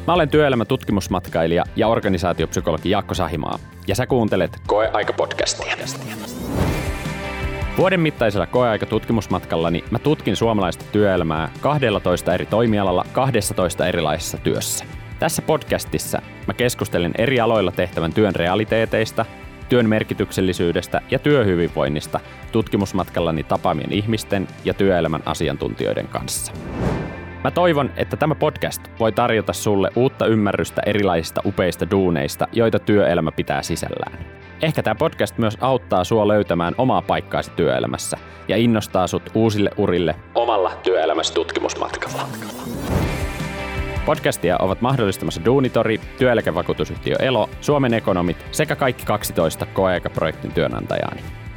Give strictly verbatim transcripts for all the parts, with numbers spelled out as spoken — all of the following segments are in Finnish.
Mä olen työelämätutkimusmatkailija ja organisaatiopsykologi Jaakko Sahimaa, ja sä kuuntelet Koeaika-podcastia. Vuoden mittaisella koeaikatutkimusmatkallani mä tutkin suomalaista työelämää kahdellatoista eri toimialalla kahdessatoista erilaisessa työssä. Tässä podcastissa mä keskustelen eri aloilla tehtävän työn realiteeteista, työn merkityksellisyydestä ja työhyvinvoinnista tutkimusmatkallani tapaamien ihmisten ja työelämän asiantuntijoiden kanssa. Mä toivon, että tämä podcast voi tarjota sulle uutta ymmärrystä erilaisista upeista duuneista, joita työelämä pitää sisällään. Ehkä tämä podcast myös auttaa sua löytämään omaa paikkaasi työelämässä ja innostaa sut uusille urille omalla työelämässä tutkimusmatkalla. Podcastia ovat mahdollistamassa Duunitori, työeläkevakuutusyhtiö Elo, Suomen Ekonomit sekä kaikki kaksitoista koeaikaprojektin työnantajaani.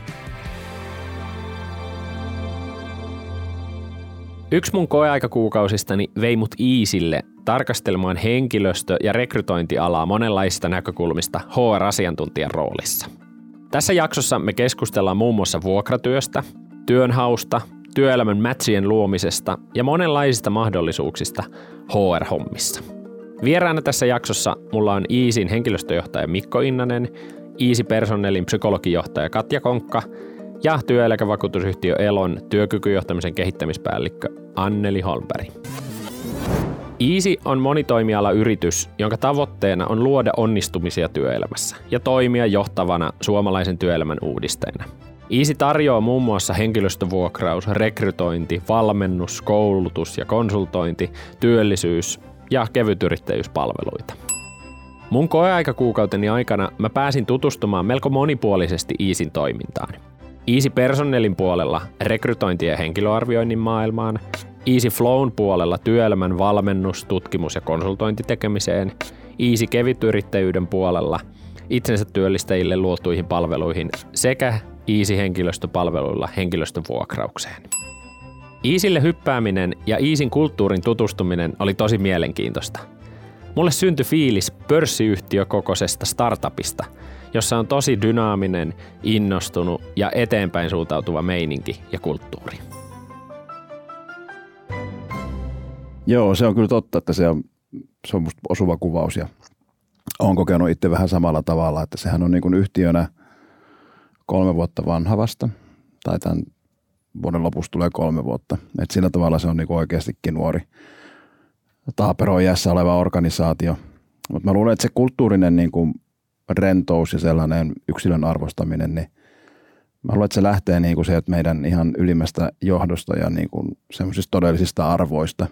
Yksi mun koeaikakuukausistani vei mut Easylle tarkastelemaan henkilöstö- ja rekrytointialaa monenlaisista näkökulmista H R-asiantuntijan roolissa. Tässä jaksossa me keskustellaan muun muassa vuokratyöstä, työnhausta, työelämän matchien luomisesta ja monenlaisista mahdollisuuksista H R-hommissa. Vieraana tässä jaksossa mulla on Easyn henkilöstöjohtaja Mikko Innanen, Easy Personelin psykologijohtaja Katja Konkka ja työeläkevakuutusyhtiö Elon työkykyjohtamisen kehittämispäällikkö Anneli Holmberg. Easy on monitoimialayritys, jonka tavoitteena on luoda onnistumisia työelämässä ja toimia johtavana suomalaisen työelämän uudistajana. Easy tarjoaa muun muassa henkilöstövuokraus, rekrytointi, valmennus, koulutus ja konsultointi, työllisyys ja kevytyrittäjyyspalveluita. Mun koeaikakuukauteni aikana mä pääsin tutustumaan melko monipuolisesti Easyn toimintaan. Easy Personelin puolella rekrytointi- ja henkilöarvioinnin maailmaan, Easy Flown puolella työelämän valmennus, tutkimus- ja konsultointitekemiseen, Easy kevytyrittäjyyden puolella itsensä työllistäjille luotuihin palveluihin sekä Easy henkilöstöpalveluilla henkilöstövuokraukseen. Easylle hyppääminen ja Easyn kulttuurin tutustuminen oli tosi mielenkiintoista. Mulle syntyi fiilis pörssiyhtiökokoisesta startupista, jossa on tosi dynaaminen, innostunut ja eteenpäin suuntautuva meininki ja kulttuuri. Joo, se on kyllä totta, että se on, se on musta osuva kuvaus ja olen kokenut itse vähän samalla tavalla, että sehän on niin kuin yhtiönä kolme vuotta vanha vasta, tai tämän vuoden lopussa tulee kolme vuotta. Et sillä tavalla se on niin kuin oikeastikin nuori taaperoon iässä oleva organisaatio. Mutta mä luulen, että se kulttuurinen niin kuin rentous ja sellainen yksilön arvostaminen, niin mä luulen, että se lähtee niin kuin se, että meidän ihan ylimmästä johdosta ja niin kuin semmoisista todellisista arvoista,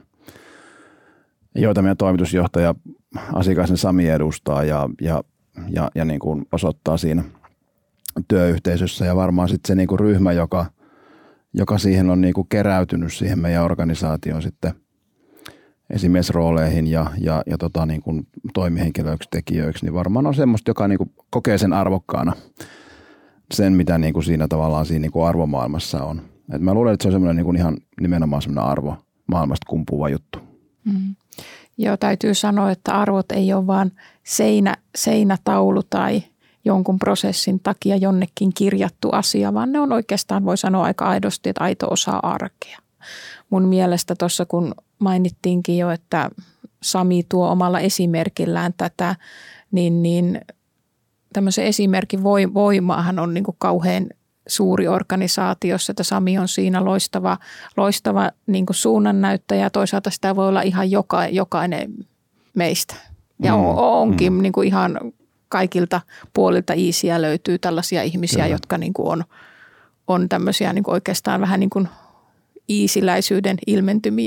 joita meidän toimitusjohtaja Asikaisen Sami edustaa ja, ja, ja, ja niin kuin osoittaa siinä työyhteisössä. Ja varmaan sitten se niin kuin ryhmä, joka, joka siihen on niin kuin keräytynyt siihen meidän organisaatioon sitten esimiesrooleihin ja, ja, ja tota niin kuin toimihenkilöiksi, tekijöiksi, niin varmaan on semmoista, joka niin kuin kokee sen arvokkaana, sen mitä niin kuin siinä tavallaan siinä niin kuin arvomaailmassa on. Et mä luulen, että se on semmoinen niin kuin ihan nimenomaan semmoinen arvo maailmasta kumpuva juttu. Mm. Joo, täytyy sanoa, että arvot ei ole vaan seinä, seinätaulu tai jonkun prosessin takia jonnekin kirjattu asia, vaan ne on oikeastaan, voi sanoa aika aidosti, että aito osa arkea. Mun mielestä tuossa, kun mainittiinkin jo, että Sami tuo omalla esimerkillään tätä, niin, niin tämmöisen esimerkin voimaahan on niin kuin kauhean suuri organisaatiossa, että Sami on siinä loistava, loistava niin kuin suunnannäyttäjä ja toisaalta sitä voi olla ihan joka, jokainen meistä. Ja on, onkin mm. niin kuin ihan kaikilta puolilta Easyä löytyy tällaisia ihmisiä, Kyllä. jotka niin kuin on, on tämmöisiä niin kuin oikeastaan vähän niin kuin easyläisyyden ilmentymiä.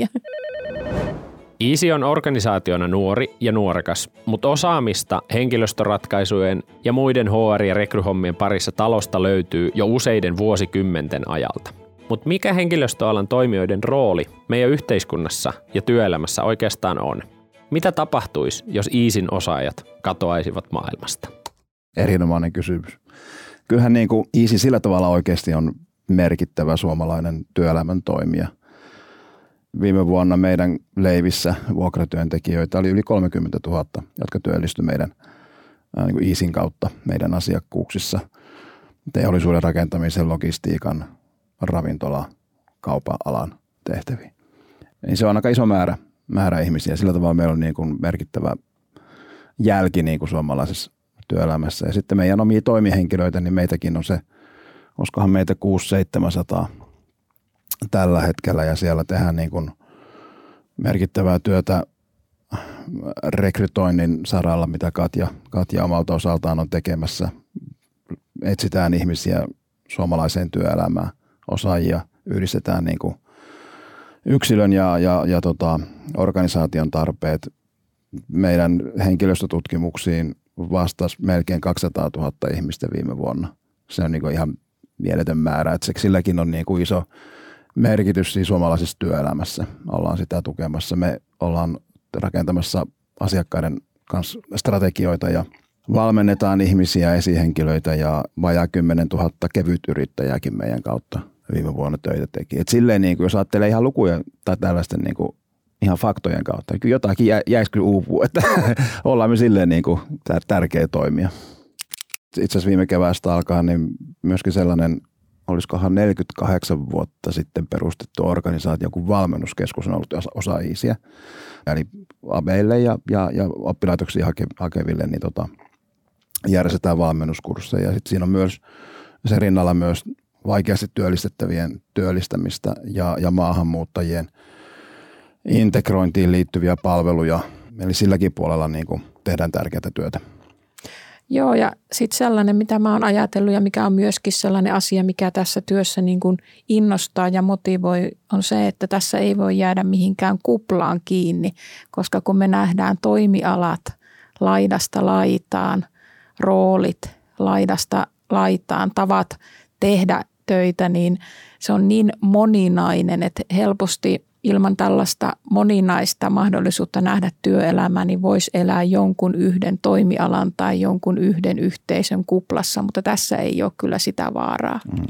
Easy on organisaationa nuori ja nuorekas, mutta osaamista henkilöstöratkaisujen ja muiden H R- ja rekryhommien parissa talosta löytyy jo useiden vuosikymmenten ajalta. Mutta mikä henkilöstöalan toimijoiden rooli meidän yhteiskunnassa ja työelämässä oikeastaan on? Mitä tapahtuisi, jos Easyn osaajat katoaisivat maailmasta? Erinomainen kysymys. Kyllähän niin kuin Easy sillä tavalla oikeasti on merkittävä suomalainen työelämän toimija. Viime vuonna meidän leivissä vuokratyöntekijöitä oli yli kolmekymmentätuhatta, jotka työllistyi meidän niin kuin Easyn kautta meidän asiakkuuksissa. Teollisuuden rakentamisen, logistiikan, ravintola, kaupan alan tehtäviin. Niin se on aika iso määrä määrä ihmisiä. Sillä tavalla meillä on niin kuin merkittävä jälki niin kuin suomalaisessa työelämässä. Ja sitten meidän omia toimihenkilöitä, niin meitäkin on se, olisikohan meitä kuusi seitsemänsataa tällä hetkellä ja siellä tehdään niin kuin merkittävää työtä rekrytoinnin saralla, mitä Katja, Katja omalta osaltaan on tekemässä. Etsitään ihmisiä suomalaiseen työelämään, osaajia, yhdistetään niin kuin yksilön ja, ja, ja tota, organisaation tarpeet. Meidän henkilöstötutkimuksiin vastasi melkein kaksisataatuhatta ihmistä viime vuonna. Se on niin kuin ihan mieletön määrä, että silläkin on niin kuin iso merkitys siinä suomalaisessa työelämässä. Ollaan sitä tukemassa. Me ollaan rakentamassa asiakkaiden kanssa strategioita ja valmennetaan ihmisiä, esihenkilöitä ja vajaa kymmenen tuhatta kevyt yrittäjääkin meidän kautta viime vuonna töitä teki. Et silleen, niin kuin, jos ajattelee ihan lukuja tai tällaisten niin kuin, ihan faktojen kautta, niin kyllä jotakin jä, jäisi kyllä uupua, että ollaan me silleen niin kuin, tärkeä toimija. Itse asiassa viime keväästä alkaen niin myöskin sellainen, olisikohan neljäkymmentäkahdeksan vuotta sitten perustettu organisaatio, kun valmennuskeskus on ollut osa iisiä. Eli abeille ja, ja, ja oppilaitoksiin hake, hakeville niin tota, järjestetään valmennuskursseja. Sitten siinä on myös sen rinnalla myös vaikeasti työllistettävien työllistämistä ja, ja maahanmuuttajien integrointiin liittyviä palveluja. Eli silläkin puolella niin kuin tehdään tärkeää työtä. Joo, ja sitten sellainen, mitä mä oon ajatellut ja mikä on myöskin sellainen asia, mikä tässä työssä niin kuin innostaa ja motivoi, on se, että tässä ei voi jäädä mihinkään kuplaan kiinni, koska kun me nähdään toimialat laidasta laitaan, roolit laidasta laitaan, tavat tehdä töitä, niin se on niin moninainen, että helposti ilman tällaista moninaista mahdollisuutta nähdä työelämää, niin voisi elää jonkun yhden toimialan tai jonkun yhden yhteisön kuplassa, mutta tässä ei ole kyllä sitä vaaraa. Mm.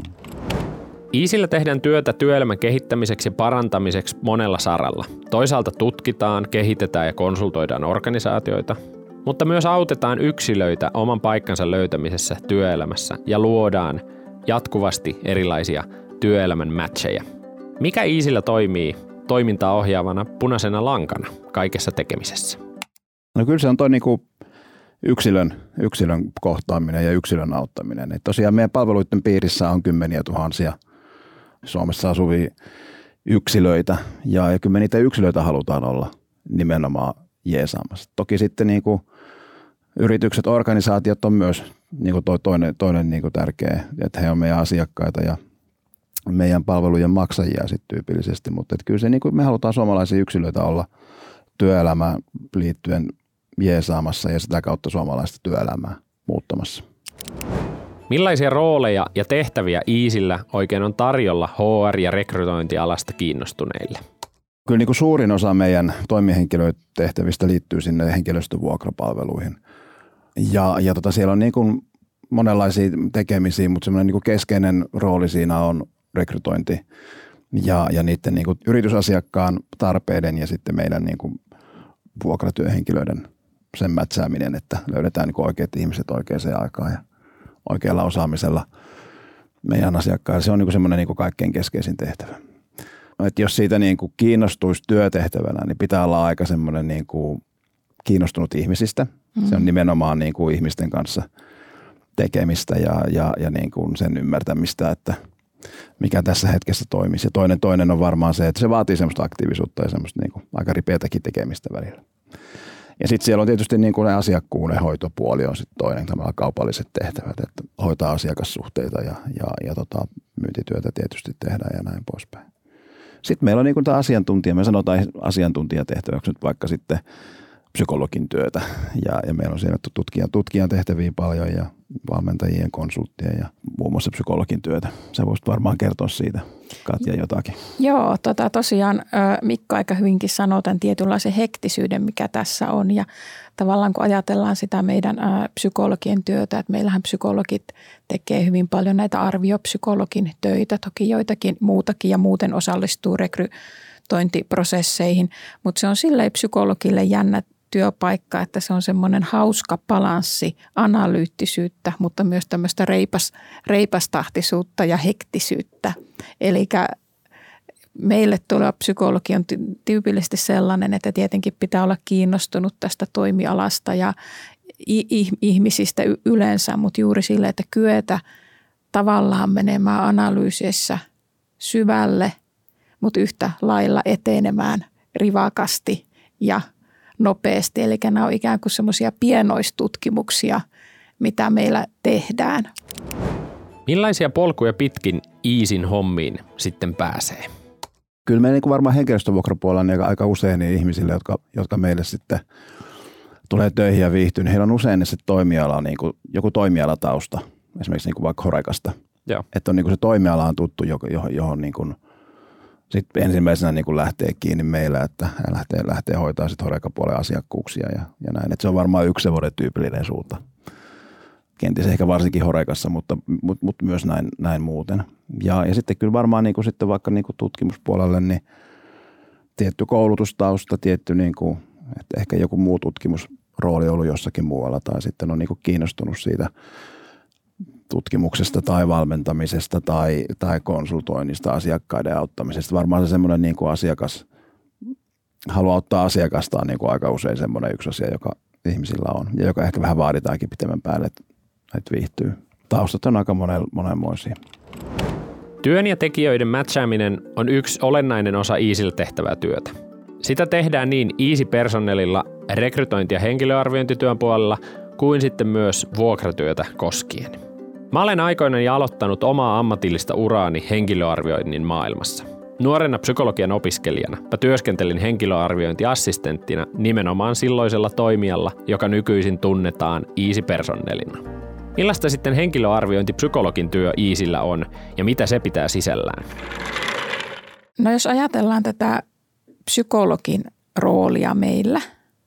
Iisillä tehdään työtä työelämän kehittämiseksi ja parantamiseksi monella saralla. Toisaalta tutkitaan, kehitetään ja konsultoidaan organisaatioita, mutta myös autetaan yksilöitä oman paikkansa löytämisessä työelämässä ja luodaan jatkuvasti erilaisia työelämän matcheja. Mikä Iisillä toimii toimintaa ohjaavana punaisena lankana kaikessa tekemisessä? No kyllä se on toi niinku yksilön, yksilön kohtaaminen ja yksilön auttaminen. Et tosiaan meidän palveluiden piirissä on kymmeniä tuhansia Suomessa asuvia yksilöitä ja, ja kyllä me niitä yksilöitä halutaan olla nimenomaan jeesaamassa. Toki sitten niinku yritykset, organisaatiot on myös niinku toi toinen, toinen niinku tärkeä, että he on meidän asiakkaita ja meidän palvelujen maksajia sitten tyypillisesti, mutta et kyllä se, niin kuin me halutaan suomalaisia yksilöitä olla työelämään liittyen jeesaamassa ja sitä kautta suomalaista työelämää muuttamassa. Millaisia rooleja ja tehtäviä Iisillä oikein on tarjolla H R- ja rekrytointialasta kiinnostuneille? Kyllä niin kuin suurin osa meidän toimihenkilöiden tehtävistä liittyy sinne henkilöstövuokrapalveluihin. Ja, ja tota, siellä on niin kuin monenlaisia tekemisiä, mutta semmoinen niin kuin keskeinen rooli siinä on rekrytointi ja, ja niiden niin kuin yritysasiakkaan tarpeiden ja sitten meidän niin kuin vuokratyöhenkilöiden sen mätsääminen, että löydetään niin kuin oikeat ihmiset oikeaan aikaan ja oikealla osaamisella meidän asiakkaille. Se on niin kuin semmoinen niin kuin kaikkein keskeisin tehtävä. Et jos siitä niin kuin kiinnostuisi työtehtävänä, niin pitää olla aika semmoinen niin kuin kiinnostunut ihmisistä. Mm-hmm. Se on nimenomaan niin kuin ihmisten kanssa tekemistä ja, ja, ja niin kuin sen ymmärtämistä, että mikä tässä hetkessä toimisi. Ja toinen, toinen on varmaan se, että se vaatii semmoista aktiivisuutta ja semmoista niin kuin aika ripeätäkin tekemistä välillä. Ja sitten siellä on tietysti niin kuin ne asiakkuuden hoitopuoli on sitten toinen, tämä kaupalliset tehtävät, että hoitaa asiakassuhteita ja, ja, ja tota, myyntityötä tietysti tehdään ja näin poispäin. Sitten meillä on niin kuin tämä asiantuntija, me sanotaan asiantuntijatehtäväksi nyt vaikka sitten psykologin työtä ja, ja meillä on siellä tutkijan, tutkijan tehtäviä paljon ja valmentajien, konsulttien ja muun muassa psykologin työtä. Sä voisit varmaan kertoa siitä, Katja, jotakin. Joo, tota, tosiaan Mikko aika hyvinkin sanoo tämän tietynlaisen hektisyyden, mikä tässä on ja tavallaan kun ajatellaan sitä meidän ä, psykologien työtä, että meillähän psykologit tekee hyvin paljon näitä arviopsykologin töitä, toki joitakin muutakin ja muuten osallistuu rekrytointiprosesseihin, mutta se on silleen psykologille jännä työpaikka, että se on semmoinen hauska balanssi, analyyttisyyttä, mutta myös tämmöistä reipas, reipastahtisuutta ja hektisyyttä. Eli meille tuleva psykologi on tyypillisesti sellainen, että tietenkin pitää olla kiinnostunut tästä toimialasta ja ihmisistä yleensä, mutta juuri sille, että kyetä tavallaan menemään analyysissä syvälle, mutta yhtä lailla etenemään rivakasti ja nopeasti. Eli nämä on ikään kuin semmoisia pienoistutkimuksia, mitä meillä tehdään. Millaisia polkuja pitkin Easyn hommiin sitten pääsee? Kyllä me niin kuin varmaan henkilöstövuokrapuolella niin aika usein niin ihmisille, jotka, jotka meille sitten tulee töihin ja viihtyy, niin heillä on usein se toimiala, niin kuin joku toimialatausta, esimerkiksi niin kuin vaikka Horekasta. Joo. Että on niin kuin se toimiala on tuttu, johon, johon niin kuin sitten ensimmäisenä niin kuin lähtee kiinni meillä, että lähtee, lähtee hoitaa sitten Horeka-puolen asiakkuuksia ja, ja näin. Että se on varmaan yksi semmoinen tyypillinen suunta. Kenties ehkä varsinkin Horekassa, mutta, mutta, mutta myös näin, näin muuten. Ja, ja sitten kyllä varmaan niin kuin sitten vaikka niin kuin tutkimuspuolelle, niin tietty koulutustausta, tietty niin kuin, että ehkä joku muu tutkimusrooli on ollut jossakin muualla tai sitten on niin kuin kiinnostunut siitä tutkimuksesta tai valmentamisesta tai, tai konsultoinnista, asiakkaiden auttamisesta. Varmaan se semmoinen niin kuin asiakas, haluaa ottaa asiakastaan niin kuin aika usein semmoinen yksi asia, joka ihmisillä on ja joka ehkä vähän vaaditaankin pitemmän päälle, että, että viihtyy. Taustat on aika monenmoisia. Työn ja tekijöiden matchaaminen on yksi olennainen osa Easyllä tehtävää työtä. Sitä tehdään niin Easy-personellilla rekrytointi- ja henkilöarviointityön puolella kuin sitten myös vuokratyötä koskien. Mä olen aikoinani aloittanut omaa ammatillista uraani henkilöarvioinnin maailmassa. Nuorena psykologian opiskelijana mä työskentelin henkilöarviointiassistenttina nimenomaan silloisella toimijalla, joka nykyisin tunnetaan Easy-personellina. Millaista sitten henkilöarviointipsykologin työ Easyllä on ja mitä se pitää sisällään? No jos ajatellaan tätä psykologin roolia meillä,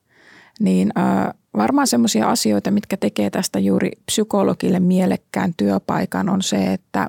niin äh, varmaan semmoisia asioita, mitkä tekee tästä juuri psykologille mielekkään työpaikan, on se, että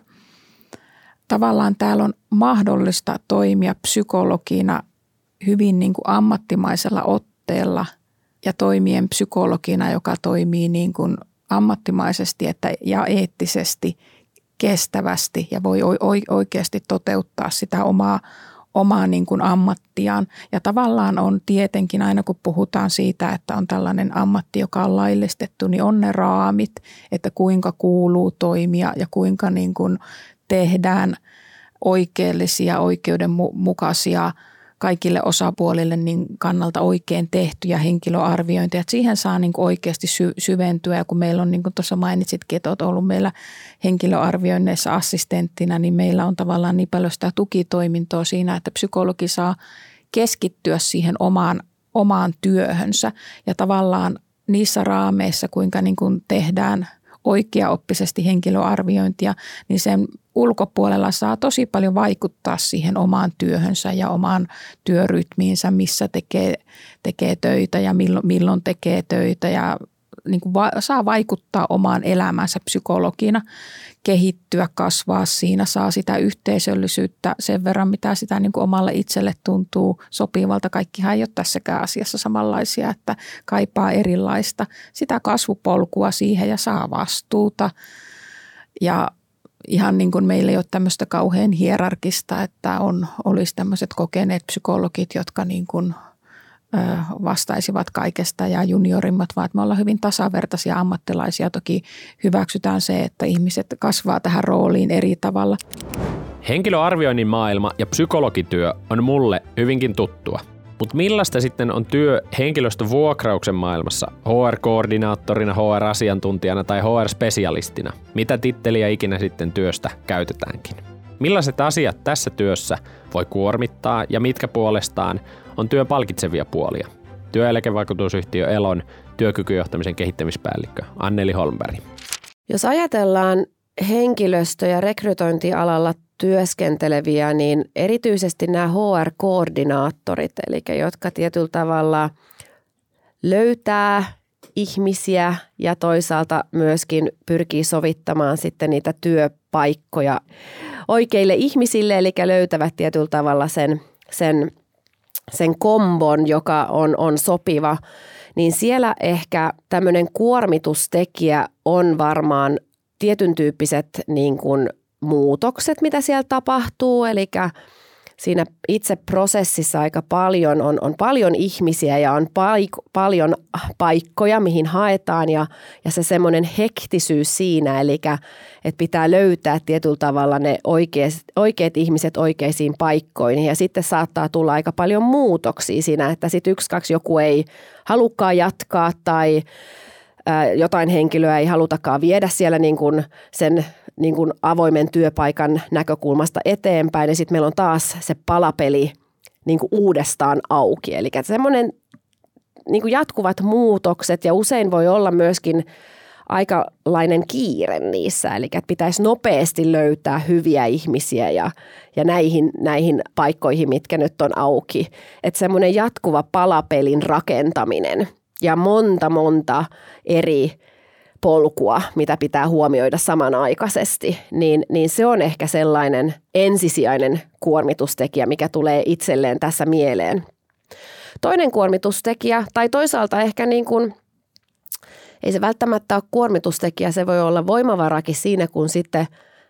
tavallaan täällä on mahdollista toimia psykologina hyvin niin kuin ammattimaisella otteella ja toimien psykologina, joka toimii niin kuin ammattimaisesti että, ja eettisesti, kestävästi ja voi oikeasti toteuttaa sitä omaa, omaa niin kuin ammattiaan. Ja tavallaan on tietenkin aina kun puhutaan siitä, että on tällainen ammatti, joka on laillistettu, niin on ne raamit, että kuinka kuuluu toimia ja kuinka niin kuin tehdään oikeellisia, oikeudenmukaisia, kaikille osapuolille niin kannalta oikein tehtyjä henkilöarviointeja. Että siihen saa niin kuin oikeasti sy- syventyä ja kun meillä on, niin kuin tuossa mainitsitkin, että olet ollut meillä henkilöarvioinneissa assistenttina, niin meillä on tavallaan niin paljon sitä tukitoimintoa siinä, että psykologi saa keskittyä siihen omaan, omaan työhönsä ja tavallaan niissä raameissa, kuinka niin kuin tehdään oikeaoppisesti henkilöarviointia, niin sen ulkopuolella saa tosi paljon vaikuttaa siihen omaan työhönsä ja omaan työrytmiinsä, missä tekee, tekee töitä ja milloin, milloin tekee töitä ja niin kuin va- saa vaikuttaa omaan elämänsä psykologina, kehittyä, kasvaa siinä, saa sitä yhteisöllisyyttä sen verran, mitä sitä niin kuin omalle itselle tuntuu sopivalta. Kaikkihan ei ole tässäkään asiassa samanlaisia, että kaipaa erilaista sitä kasvupolkua siihen ja saa vastuuta ja ihan niin kuin meillä ei ole tämmöistä kauhean hierarkista, että on, olisi tämmöiset kokeneet psykologit, jotka niin kuin vastaisivat kaikesta ja juniorimmat, vaan että me ollaan hyvin tasavertaisia ammattilaisia. Toki hyväksytään se, että ihmiset kasvaa tähän rooliin eri tavalla. Henkilöarvioinnin maailma ja psykologityö on mulle hyvinkin tuttua. Mutta millaista sitten on työ henkilöstövuokrauksen maailmassa H R-koordinaattorina, H R-asiantuntijana tai H R-spesialistina? Mitä titteliä ikinä sitten työstä käytetäänkin? Millaiset asiat tässä työssä voi kuormittaa ja mitkä puolestaan on työn palkitsevia puolia? Työeläkevakuutusyhtiö Elon työkykyjohtamisen kehittämispäällikkö Anneli Holmberg. Jos ajatellaan henkilöstö- ja rekrytointialalla työskenteleviä, niin erityisesti nämä H R-koordinaattorit, eli jotka tietyllä tavalla löytää ihmisiä ja toisaalta myöskin pyrkii sovittamaan sitten niitä työpaikkoja oikeille ihmisille, eli löytävät tietyllä tavalla sen, sen, sen kombon, joka on, on sopiva, niin siellä ehkä tämmöinen kuormitustekijä on varmaan tietyn tyyppiset niin kuin muutokset, mitä siellä tapahtuu, eli siinä itse prosessissa aika paljon on, on paljon ihmisiä ja on paik- paljon paikkoja, mihin haetaan ja, ja se semmoinen hektisyys siinä, eli että pitää löytää tietyllä tavalla ne oikeat, oikeat ihmiset oikeisiin paikkoihin ja sitten saattaa tulla aika paljon muutoksia siinä, että sitten yksi, kaksi joku ei halukkaan jatkaa tai jotain henkilöä ei halutakaan viedä siellä niin kuin sen niin kuin avoimen työpaikan näkökulmasta eteenpäin, niin sitten meillä on taas se palapeli niin kuin uudestaan auki. Eli semmoinen niin kuin jatkuvat muutokset ja usein voi olla myöskin aikalainen kiire niissä, eli että pitäisi nopeasti löytää hyviä ihmisiä ja, ja näihin, näihin paikkoihin, mitkä nyt on auki. Että semmoinen jatkuva palapelin rakentaminen ja monta, monta eri polkua, mitä pitää huomioida samanaikaisesti, niin, niin se on ehkä sellainen ensisijainen kuormitustekijä, mikä tulee itselleen tässä mieleen. Toinen kuormitustekijä, tai toisaalta ehkä niin kuin, ei se välttämättä ole kuormitustekijä, se voi olla voimavarakin siinä, kun sitten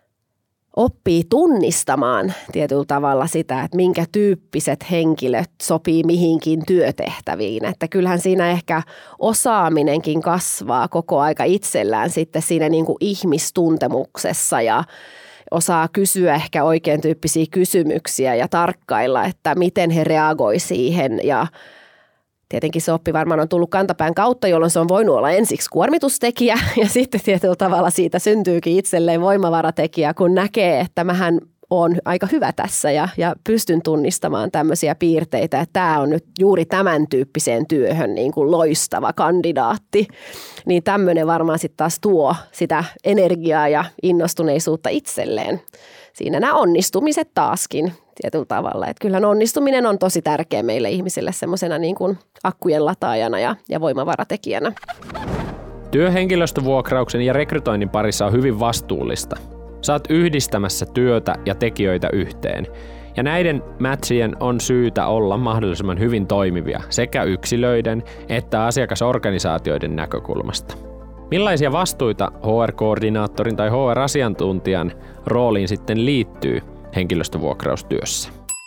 oppii tunnistamaan tietyllä tavalla sitä, että minkä tyyppiset henkilöt sopii mihinkin työtehtäviin. Että kyllähän siinä ehkä osaaminenkin kasvaa koko aika itsellään sitten siinä niin kuin ihmistuntemuksessa ja osaa kysyä ehkä oikein tyyppisiä kysymyksiä ja tarkkailla, että miten he reagoi siihen ja tietenkin se oppi varmaan on tullut kantapään kautta, jolloin se on voinut olla ensiksi kuormitustekijä ja sitten tietyllä tavalla siitä syntyykin itselleen voimavaratekijä, kun näkee, että mähän on aika hyvä tässä ja, ja pystyn tunnistamaan tämmöisiä piirteitä, että tämä on nyt juuri tämän tyyppiseen työhön niin kuin loistava kandidaatti. Niin tämmöinen varmaan sitten taas tuo sitä energiaa ja innostuneisuutta itselleen. Siinä nämä onnistumiset taaskin tietyllä tavalla. Että kyllähän onnistuminen on tosi tärkeä meille ihmisille semmoisena niin kuin akkujen lataajana ja, ja voimavaratekijänä. Työhenkilöstövuokrauksen ja rekrytoinnin parissa on hyvin vastuullista. Saat yhdistämässä työtä ja tekijöitä yhteen. Ja näiden matchien on syytä olla mahdollisimman hyvin toimivia sekä yksilöiden että asiakasorganisaatioiden näkökulmasta. Millaisia vastuita H R-koordinaattorin tai H R-asiantuntijan rooliin sitten liittyy henkilöstövuokraustyössä?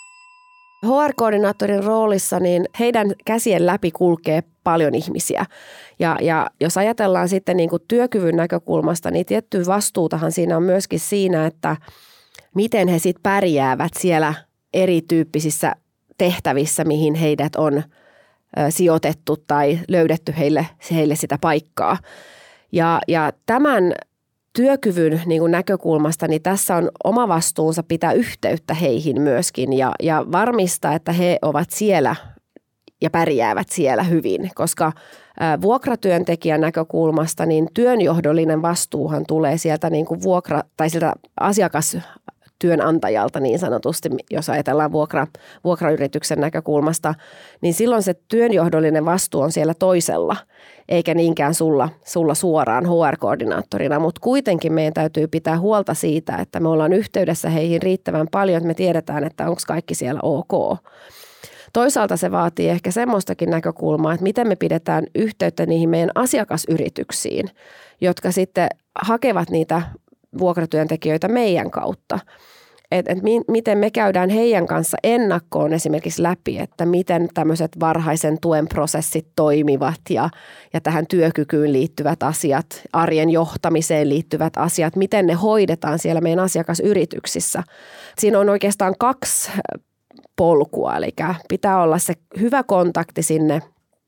H R-koordinaattorin roolissa niin heidän käsien läpi kulkee paljon ihmisiä. Ja, ja jos ajatellaan sitten niin kuin työkyvyn näkökulmasta, niin tiettyä vastuutahan siinä on myöskin siinä, että miten he sitten pärjäävät siellä erityyppisissä tehtävissä, mihin heidät on ö, sijoitettu tai löydetty heille, heille sitä paikkaa. Ja, ja tämän työkyvyn niin kuin näkökulmasta, niin tässä on oma vastuunsa pitää yhteyttä heihin myöskin ja, ja varmistaa, että he ovat siellä ja pärjäävät siellä hyvin, koska ä, vuokratyöntekijän näkökulmasta niin työnjohdollinen vastuuhan tulee sieltä niin kuin vuokra tai sieltä asiakastyönantajalta niin sanotusti, jos ajatellaan vuokra, vuokrayrityksen näkökulmasta, niin silloin se työnjohdollinen vastuu on siellä toisella, eikä niinkään sulla, sulla suoraan H R-koordinaattorina, mutta kuitenkin meidän täytyy pitää huolta siitä, että me ollaan yhteydessä heihin riittävän paljon, että me tiedetään, että onko kaikki siellä ok. Toisaalta se vaatii ehkä semmoistakin näkökulmaa, että miten me pidetään yhteyttä niihin meidän asiakasyrityksiin, jotka sitten hakevat niitä vuokratyöntekijöitä meidän kautta. Että et mi, miten me käydään heidän kanssa ennakkoon esimerkiksi läpi, että miten tämmöiset varhaisen tuen prosessit toimivat ja, ja tähän työkykyyn liittyvät asiat, arjen johtamiseen liittyvät asiat, miten ne hoidetaan siellä meidän asiakasyrityksissä. Siinä on oikeastaan kaksi polkua, eli pitää olla se hyvä kontakti sinne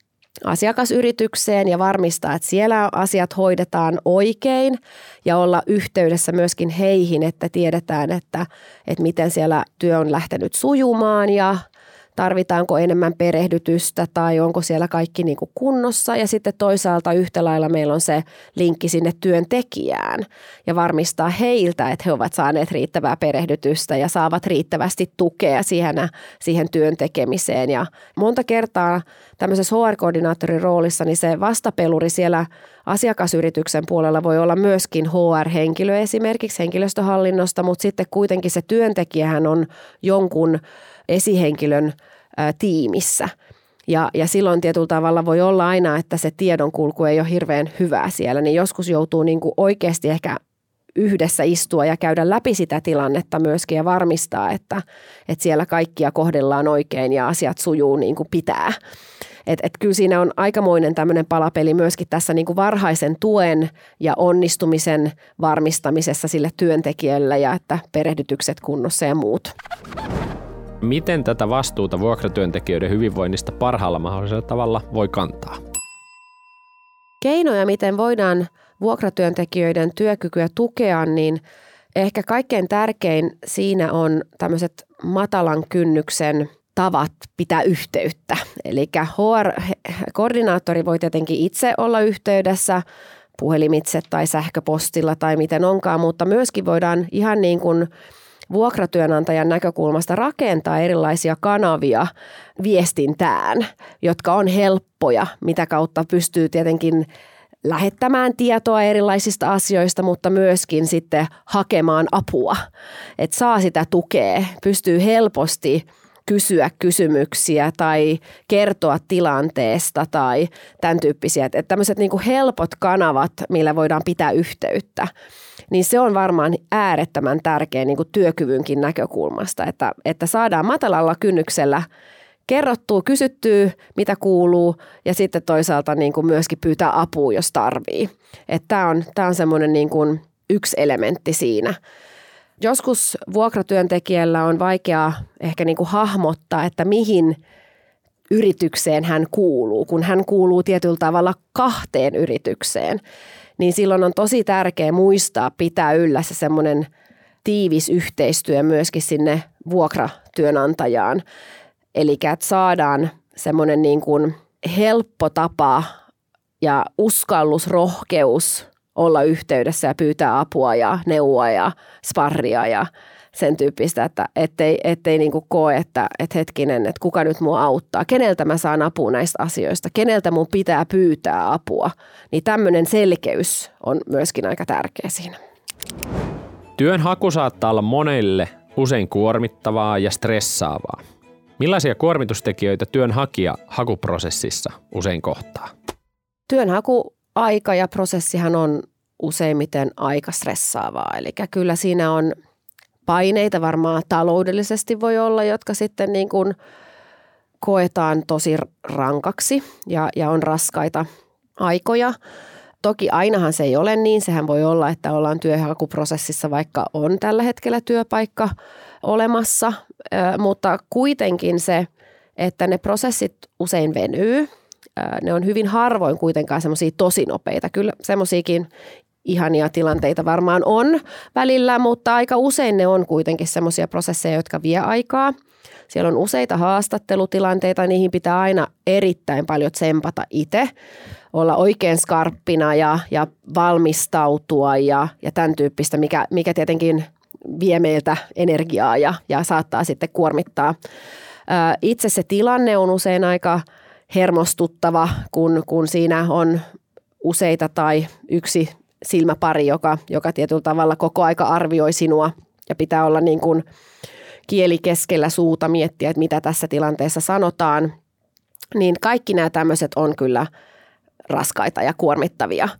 asiakasyritykseen ja varmistaa, että siellä asiat hoidetaan oikein ja olla yhteydessä myöskin heihin, että tiedetään, että, että miten siellä työ on lähtenyt sujumaan ja tarvitaanko enemmän perehdytystä tai onko siellä kaikki niin kuin kunnossa. Ja sitten toisaalta yhtä lailla meillä on se linkki sinne työntekijään ja varmistaa heiltä, että he ovat saaneet riittävää perehdytystä ja saavat riittävästi tukea siihen, siihen työn tekemiseen. Ja monta kertaa tämmöisessä H R-koordinaattorin roolissa niin se vastapeluri siellä asiakasyrityksen puolella voi olla myöskin H R-henkilö esimerkiksi henkilöstöhallinnosta, mutta sitten kuitenkin se työntekijähän on jonkun esihenkilön ä, tiimissä. Ja, ja silloin tietyllä tavalla voi olla aina, että se tiedonkulku ei ole hirveän hyvää siellä, niin joskus joutuu niin kuin oikeasti ehkä yhdessä istua ja käydä läpi sitä tilannetta myöskin ja varmistaa, että, että siellä kaikkia kohdellaan oikein ja asiat sujuu niin kuin pitää. Et, et kyllä siinä on aikamoinen tämmöinen palapeli myöskin tässä niin kuin varhaisen tuen ja onnistumisen varmistamisessa sille työntekijälle ja että perehdytykset kunnossa ja muut. Miten tätä vastuuta vuokratyöntekijöiden hyvinvoinnista parhaalla mahdollisella tavalla voi kantaa? Keinoja, miten voidaan vuokratyöntekijöiden työkykyä tukea, niin ehkä kaikkein tärkein siinä on tämmöiset matalan kynnyksen tavat pitää yhteyttä. Eli H R-koordinaattori voi tietenkin itse olla yhteydessä puhelimitse tai sähköpostilla tai miten onkaan, mutta myöskin voidaan ihan niin kuin vuokratyönantajan näkökulmasta rakentaa erilaisia kanavia viestintään, jotka on helppoja, mitä kautta pystyy tietenkin lähettämään tietoa erilaisista asioista, mutta myöskin sitten hakemaan apua. Että saa sitä tukea, pystyy helposti kysyä kysymyksiä tai kertoa tilanteesta tai tämän tyyppisiä. Että tämmöiset niin kuin helpot kanavat, millä voidaan pitää yhteyttä, niin se on varmaan äärettömän tärkeä niin kuin työkyvynkin näkökulmasta, että, että saadaan matalalla kynnyksellä kerrottua, kysyttyä, mitä kuuluu ja sitten toisaalta niin kuin myöskin pyytää apua, jos tarvii. Tämä on, tää on semmoinen niin kuin yksi elementti siinä. Joskus vuokratyöntekijällä on vaikeaa ehkä niin kuin hahmottaa, että mihin yritykseen hän kuuluu, kun hän kuuluu tietyllä tavalla kahteen yritykseen. Niin silloin on tosi tärkeää muistaa pitää yllä se semmoinen tiivis yhteistyö myöskin sinne vuokratyönantajaan. Eli että saadaan semmoinen niin kuin helppo tapa ja uskallus, rohkeus olla yhteydessä ja pyytää apua ja neuvoa ja sparria ja sen tyyppistä, että ettei, ettei niin kuin koe, että, että hetkinen, että kuka nyt mua auttaa, keneltä mä saan apua näistä asioista, keneltä mun pitää pyytää apua, niin tämmöinen selkeys on myöskin aika tärkeä siinä. Työnhaku saattaa olla monelle usein kuormittavaa ja stressaavaa. Millaisia kuormitustekijöitä työnhakija hakuprosessissa usein kohtaa? Työnhakuaika ja prosessihan on useimmiten aika stressaavaa, eli kyllä siinä on paineita varmaan taloudellisesti voi olla, jotka sitten niin kuin koetaan tosi rankaksi ja, ja on raskaita aikoja. Toki ainahan se ei ole niin, sehän voi olla, että ollaan työnhakuprosessissa, vaikka on tällä hetkellä työpaikka olemassa, mutta kuitenkin se, että ne prosessit usein venyy, ne on hyvin harvoin kuitenkaan semmoisia tosi nopeita. Kyllä semmoisiakin ihania tilanteita varmaan on välillä, mutta aika usein ne on kuitenkin semmoisia prosesseja, jotka vie aikaa. Siellä on useita haastattelutilanteita, niihin pitää aina erittäin paljon tsempata itse, olla oikein skarppina ja, ja valmistautua ja, ja tämän tyyppistä, mikä, mikä tietenkin vie meiltä energiaa ja, ja saattaa sitten kuormittaa. Ää, itse se tilanne on usein aika hermostuttava, kun, kun siinä on useita tai yksi silmäpari, joka, joka tietyllä tavalla koko aika arvioi sinua ja pitää olla niin kuin kieli keskellä suuta miettiä, että mitä tässä tilanteessa sanotaan, niin kaikki nämä tämmöiset on kyllä raskaita ja kuormittavia.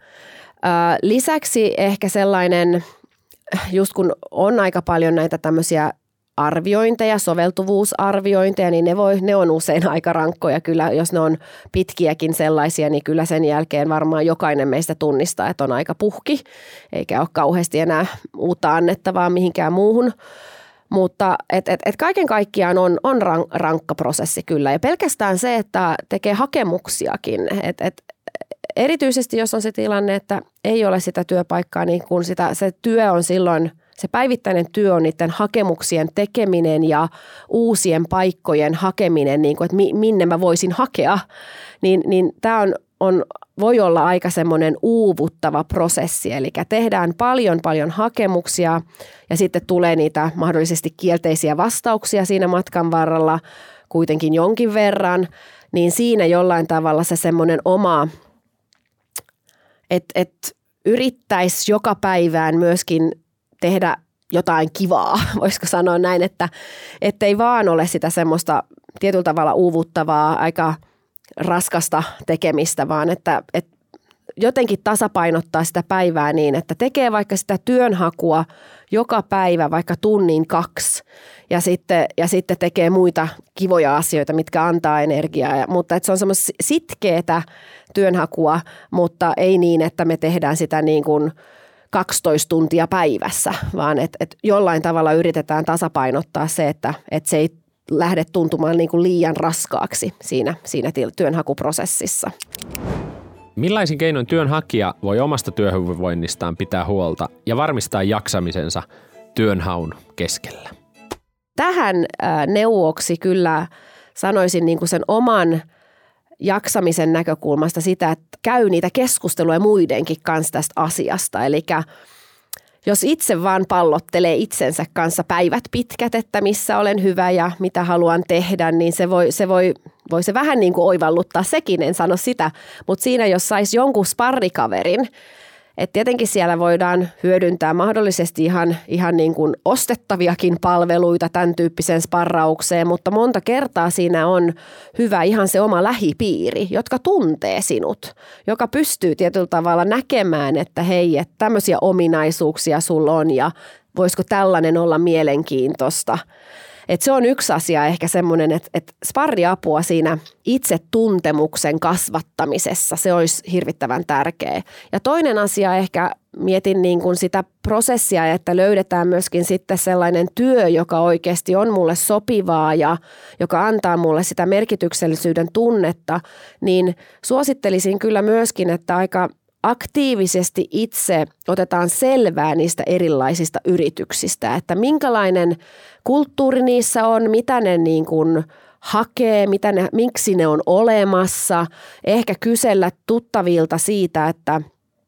Lisäksi ehkä sellainen, just kun on aika paljon näitä tämmöisiä arviointeja, soveltuvuusarviointeja, niin ne, voi, ne on usein aika rankkoja. Kyllä, jos ne on pitkiäkin sellaisia, niin kyllä sen jälkeen varmaan jokainen meistä tunnistaa, että on aika puhki, eikä ole kauheasti enää uutta annettavaa mihinkään muuhun. Mutta et, et, et kaiken kaikkiaan on, on rankka prosessi kyllä. Ja pelkästään se, että tekee hakemuksiakin. Et, et, erityisesti jos on se tilanne, että ei ole sitä työpaikkaa, niin kun sitä, se työ on silloin, se päivittäinen työ on niiden hakemuksien tekeminen ja uusien paikkojen hakeminen, niin kuin, että mi, minne mä voisin hakea, niin, niin tämä on, on, voi olla aika semmoinen uuvuttava prosessi. Eli tehdään paljon paljon hakemuksia ja sitten tulee niitä mahdollisesti kielteisiä vastauksia siinä matkan varrella kuitenkin jonkin verran, niin siinä jollain tavalla se semmoinen oma, että et yrittäisi joka päivään myöskin tehdä jotain kivaa, voisiko sanoa näin, että ei vaan ole sitä semmoista tietyllä tavalla uuvuttavaa, aika raskasta tekemistä, vaan että, että jotenkin tasapainottaa sitä päivää niin, että tekee vaikka sitä työnhakua joka päivä vaikka tunnin kaksi ja sitten, ja sitten tekee muita kivoja asioita, mitkä antaa energiaa. Ja, mutta että se on semmoista sitkeätä työnhakua, mutta ei niin, että me tehdään sitä niin kuin kaksitoista tuntia päivässä, vaan että, että jollain tavalla yritetään tasapainottaa se, että, että se ei lähde tuntumaan niin kuin liian raskaaksi siinä, siinä työnhakuprosessissa. Millaisin keinoin työnhakija voi omasta työhyvinvoinnistaan pitää huolta ja varmistaa jaksamisensa työnhaun keskellä? Tähän neuvoksi kyllä sanoisin niin kuin sen oman jaksamisen näkökulmasta sitä, että käy niitä keskusteluja muidenkin kanssa tästä asiasta. Eli jos itse vaan pallottelee itsensä kanssa päivät pitkät, että missä olen hyvä ja mitä haluan tehdä, niin se voi se, voi, voi se vähän niin kuin oivalluttaa sekin, en sano sitä. Mutta siinä jos saisi jonkun sparrikaverin, että tietenkin siellä voidaan hyödyntää mahdollisesti ihan, ihan niin kuin ostettaviakin palveluita tämän tyyppiseen sparraukseen, mutta monta kertaa siinä on hyvä ihan se oma lähipiiri, jotka tuntee sinut, joka pystyy tietyllä tavalla näkemään, että hei, että tämmöisiä ominaisuuksia sulla on ja voisiko tällainen olla mielenkiintoista. Et se on yksi asia ehkä semmoinen, että, että sparriapua siinä itsetuntemuksen kasvattamisessa, se olisi hirvittävän tärkeä. Ja toinen asia ehkä mietin niin kuin sitä prosessia, että löydetään myöskin sitten sellainen työ, joka oikeasti on mulle sopivaa ja joka antaa mulle sitä merkityksellisyyden tunnetta, niin suosittelisin kyllä myöskin, että aika aktiivisesti itse otetaan selvää niistä erilaisista yrityksistä, että minkälainen kulttuuri niissä on, mitä ne niin kuin hakee, mitä ne, miksi ne on olemassa, ehkä kysellä tuttavilta siitä, että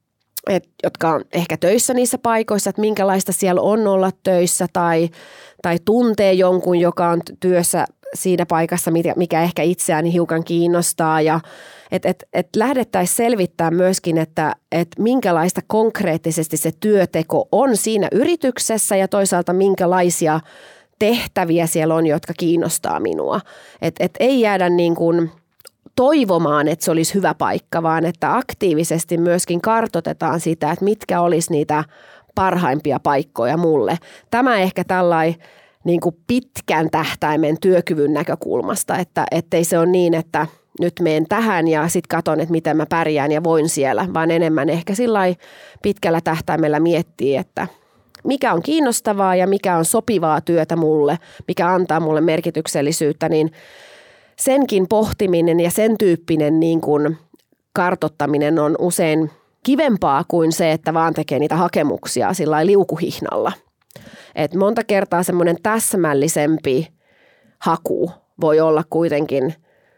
et, jotka on ehkä töissä niissä paikoissa, että minkälaista siellä on olla töissä tai, tai tuntee jonkun, joka on työssä siinä paikassa, mikä ehkä itseään hiukan kiinnostaa ja että et, et lähdettäisiin selvittämään myöskin, että et minkälaista konkreettisesti se työteko on siinä yrityksessä ja toisaalta minkälaisia tehtäviä siellä on, jotka kiinnostaa minua. Että et ei jäädä niin kuin toivomaan, että se olisi hyvä paikka, vaan että aktiivisesti myöskin kartoitetaan sitä, että mitkä olisi niitä parhaimpia paikkoja mulle. Tämä ehkä tällainen niin kuin pitkän tähtäimen työkyvyn näkökulmasta, että ettei se ole niin, että nyt menen tähän ja sitten katson, että miten mä pärjään ja voin siellä, vaan enemmän ehkä sillai pitkällä tähtäimellä miettii, että mikä on kiinnostavaa ja mikä on sopivaa työtä mulle, mikä antaa mulle merkityksellisyyttä, niin senkin pohtiminen ja sen tyyppinen niin kuin kartoittaminen on usein kivempaa kuin se, että vaan tekee niitä hakemuksia sillai liukuhihnalla. Et monta kertaa semmoinen täsmällisempi haku voi olla kuitenkin,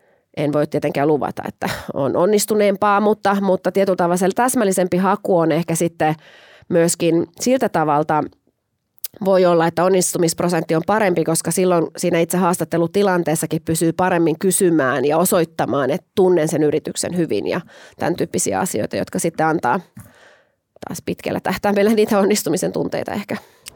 en voi tietenkään luvata, että on onnistuneempaa, mutta, mutta tietyllä tavalla täsmällisempi haku on ehkä sitten myöskin siltä tavalla voi olla, että onnistumisprosentti on parempi, koska silloin siinä itse haastattelutilanteessakin pysyy paremmin kysymään ja osoittamaan, että tunnen sen yrityksen hyvin ja tämän tyyppisiä asioita, jotka sitten antaa taas pitkällä tähtäimellä niitä onnistumisen tunteita ehkä.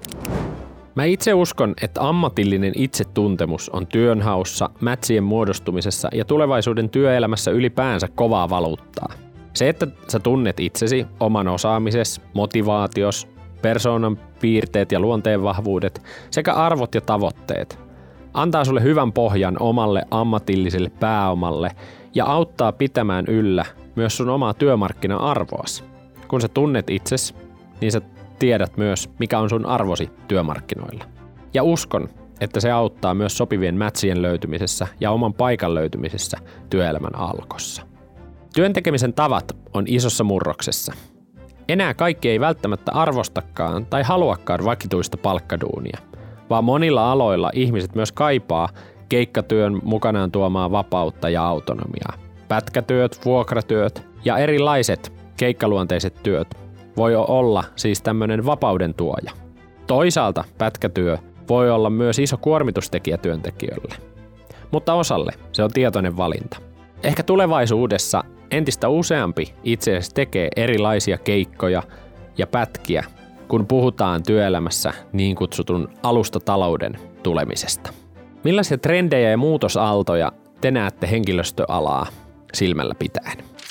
Mä itse uskon, että ammatillinen itsetuntemus on työnhaussa, mätsien muodostumisessa ja tulevaisuuden työelämässä ylipäänsä kovaa valuuttaa. Se, että sä tunnet itsesi, oman osaamisesi, motivaatios, persoonan piirteet ja luonteen vahvuudet sekä arvot ja tavoitteet, antaa sulle hyvän pohjan omalle ammatilliselle pääomalle ja auttaa pitämään yllä myös sun omaa työmarkkina-arvoasi. Kun sä tunnet itsesi, niin sä tiedät myös, mikä on sun arvosi työmarkkinoilla. Ja uskon, että se auttaa myös sopivien mätsien löytymisessä ja oman paikan löytymisessä työelämän alkossa. Työntekemisen tavat on isossa murroksessa. Enää kaikki ei välttämättä arvostakaan tai haluakaan vakituista palkkaduunia, vaan monilla aloilla ihmiset myös kaipaa keikkatyön mukanaan tuomaa vapautta ja autonomiaa. Pätkätyöt, vuokratyöt ja erilaiset keikkaluonteiset työt voi olla siis tämmöinen vapauden tuoja. Toisaalta pätkätyö voi olla myös iso kuormitustekijä työntekijöille, mutta osalle se on tietoinen valinta. Ehkä tulevaisuudessa entistä useampi itse asiassa tekee erilaisia keikkoja ja pätkiä, kun puhutaan työelämässä niin kutsutun alustatalouden tulemisesta. Millaisia trendejä ja muutosaaltoja te näette henkilöstöalaa silmällä pitäen?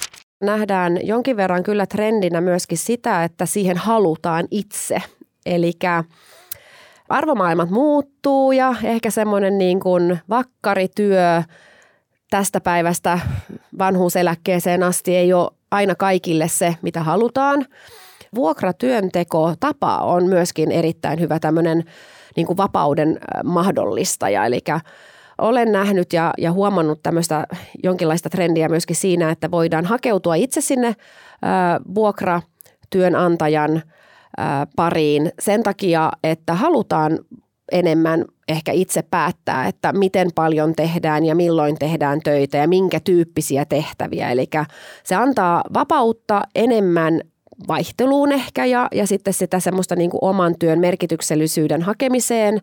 nähdään jonkin verran kyllä trendinä myöskin sitä, että siihen halutaan itse. Eli arvomaailmat muuttuu ja ehkä semmoinen niin kuin vakkarityö tästä päivästä vanhuuseläkkeeseen asti ei ole aina kaikille se, mitä halutaan. Vuokratyönteko tapa on myöskin erittäin hyvä tämmöinen niin kuin vapauden mahdollistaja. Eli olen nähnyt ja, ja huomannut tämmöistä jonkinlaista trendiä myöskin siinä, että voidaan hakeutua itse sinne ää, vuokratyönantajan ää, pariin sen takia, että halutaan enemmän ehkä itse päättää, että miten paljon tehdään ja milloin tehdään töitä ja minkä tyyppisiä tehtäviä. Eli se antaa vapautta enemmän vaihteluun ehkä ja, ja sitten sitä semmoista niin kuin oman työn merkityksellisyyden hakemiseen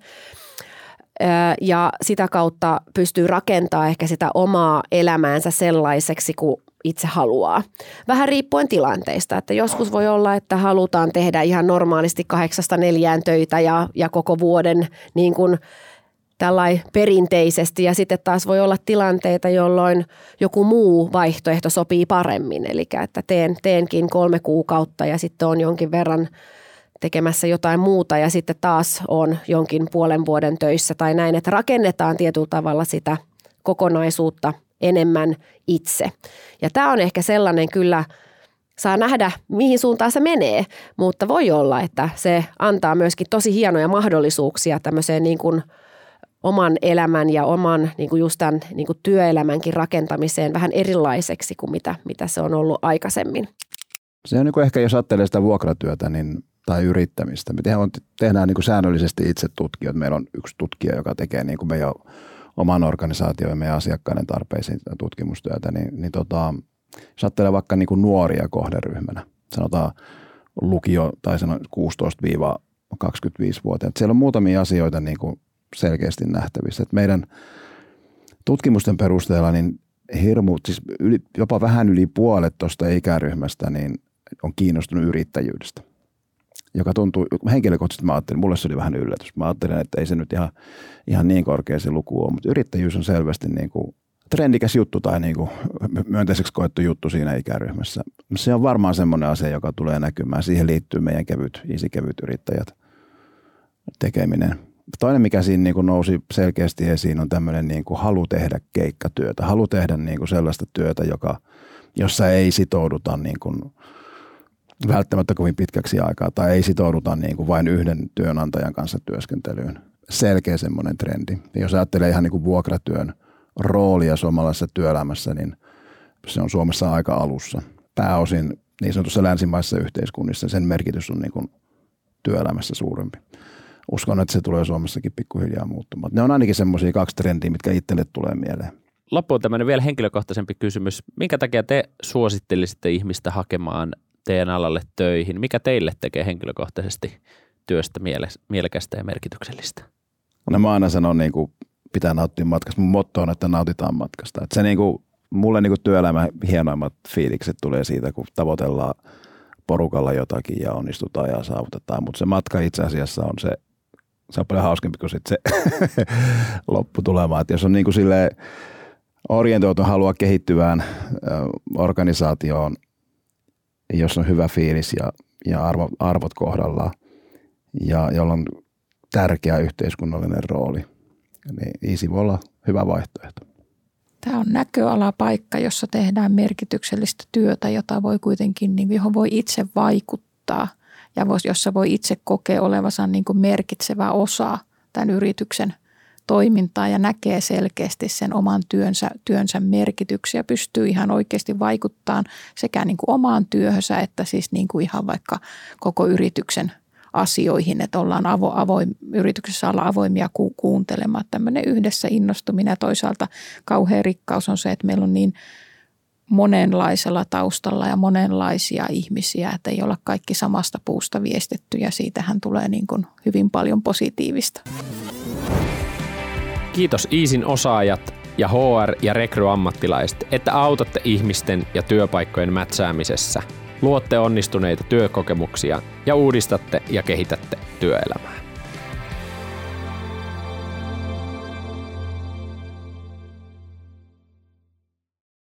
ja sitä kautta pystyy rakentamaan ehkä sitä omaa elämäänsä sellaiseksi kuin itse haluaa. Vähän riippuen tilanteista, että joskus voi olla, että halutaan tehdä ihan normaalisti kahdeksasta neljään töitä ja, ja koko vuoden niin kuin tällainen perinteisesti ja sitten taas voi olla tilanteita, jolloin joku muu vaihtoehto sopii paremmin. Eli että teen, teenkin kolme kuukautta ja sitten on jonkin verran tekemässä jotain muuta ja sitten taas on jonkin puolen vuoden töissä tai näin, että rakennetaan tietyllä tavalla sitä kokonaisuutta enemmän itse. Ja tämä on ehkä sellainen kyllä, saa nähdä mihin suuntaan se menee, mutta voi olla, että se antaa myöskin tosi hienoja mahdollisuuksia tämmöiseen niin kuin oman elämän ja oman niin kuin just tämän niin kuin työelämänkin rakentamiseen vähän erilaiseksi kuin mitä, mitä se on ollut aikaisemmin. Se on niin kuin ehkä, jos ajattelee sitä vuokratyötä niin, tai yrittämistä. Me tehdään, tehdään niin kuin säännöllisesti itse tutkijoita. Meillä on yksi tutkija, joka tekee niin kuin meidän oman organisaation ja meidän asiakkaiden tarpeisiin tutkimustyötä. Niin, niin tota, jos ajattelee vaikka niin kuin nuoria kohderyhmänä, sanotaan lukio tai kuusitoista kaksikymmentäviisi-vuotiaat. Siellä on muutamia asioita niin kuin selkeästi nähtävissä. Että meidän tutkimusten perusteella niin hirmu, siis yli, jopa vähän yli puolet tuosta ikäryhmästä niin on kiinnostunut yrittäjyydestä, joka tuntuu, henkilökohtaisesti mä ajattelin, mulle se oli vähän yllätys. Mä ajattelin, että ei se nyt ihan, ihan niin korkea se luku ole, mutta yrittäjyys on selvästi niin kuin trendikäs juttu tai niin kuin myönteiseksi koettu juttu siinä ikäryhmässä. Se on varmaan semmoinen asia, joka tulee näkymään. Siihen liittyy meidän kevyt, easy-kevyt yrittäjät tekeminen. Toinen, mikä siinä niin kuin nousi selkeästi esiin, on tämmöinen niin kuin halu tehdä keikkatyötä. Halu tehdä niin kuin sellaista työtä, joka, jossa ei sitouduta niin kuin välttämättä kovin pitkäksi aikaa tai ei sitouduta niin kuin vain yhden työnantajan kanssa työskentelyyn. Selkeä semmoinen trendi. Ja jos ajattelee ihan niin kuin vuokratyön roolia suomalaisessa työelämässä, niin se on Suomessa aika alussa. Pääosin niin sanotussa länsimaisessa yhteiskunnissa sen merkitys on niin kuin työelämässä suurempi. Uskon, että se tulee Suomessakin pikkuhiljaa muuttumaan. Ne on ainakin semmoisia kaksi trendiä, mitkä itselle tulee mieleen. Loppuun tämmöinen vielä henkilökohtaisempi kysymys. Minkä takia te suosittelisitte ihmistä hakemaan teidän alalle töihin? Mikä teille tekee henkilökohtaisesti työstä mielekästä ja merkityksellistä? No mä aina sanon, niin kuin pitää nauttia matkasta. Mun motto on, että nautitaan matkasta. Että se niin kuin, mulle niin kuin työelämän hienoimmat fiilikset tulee siitä, kun tavoitellaan porukalla jotakin ja onnistutaan ja saavutetaan. Mutta se matka itse asiassa on se, se on paljon hauskempi kuin sit se lopputulema. Että jos on niin kuin silleen orientoitu haluaa kehittyvään organisaatioon, jos on hyvä fiilis ja, ja arvo, arvot kohdallaan ja jolla on tärkeä yhteiskunnallinen rooli, niin easy voi olla hyvä vaihtoehto. Tämä on näköalapaikka, jossa tehdään merkityksellistä työtä, jota voi kuitenkin, niin johon voi itse vaikuttaa ja jossa voi itse kokea olevansa niin kuin merkitsevä osa tämän yrityksen toimintaa ja näkee selkeästi sen oman työnsä, työnsä merkityksiä ja pystyy ihan oikeasti vaikuttamaan sekä niin kuin omaan työhönsä että siis niin kuin ihan vaikka koko yrityksen asioihin, että ollaan avo, avoim, yrityksessä ollaan avoimia ku, kuuntelemaan. Tämmöinen yhdessä innostuminen ja toisaalta kauhean rikkaus on se, että meillä on niin monenlaisella taustalla ja monenlaisia ihmisiä, että ei olla kaikki samasta puusta viestetty ja siitähän tulee niin kuin hyvin paljon positiivista. Kiitos Easyn osaajat ja H R- ja rekryammattilaiset, että autatte ihmisten ja työpaikkojen mätsäämisessä, luotte onnistuneita työkokemuksia ja uudistatte ja kehitätte työelämää.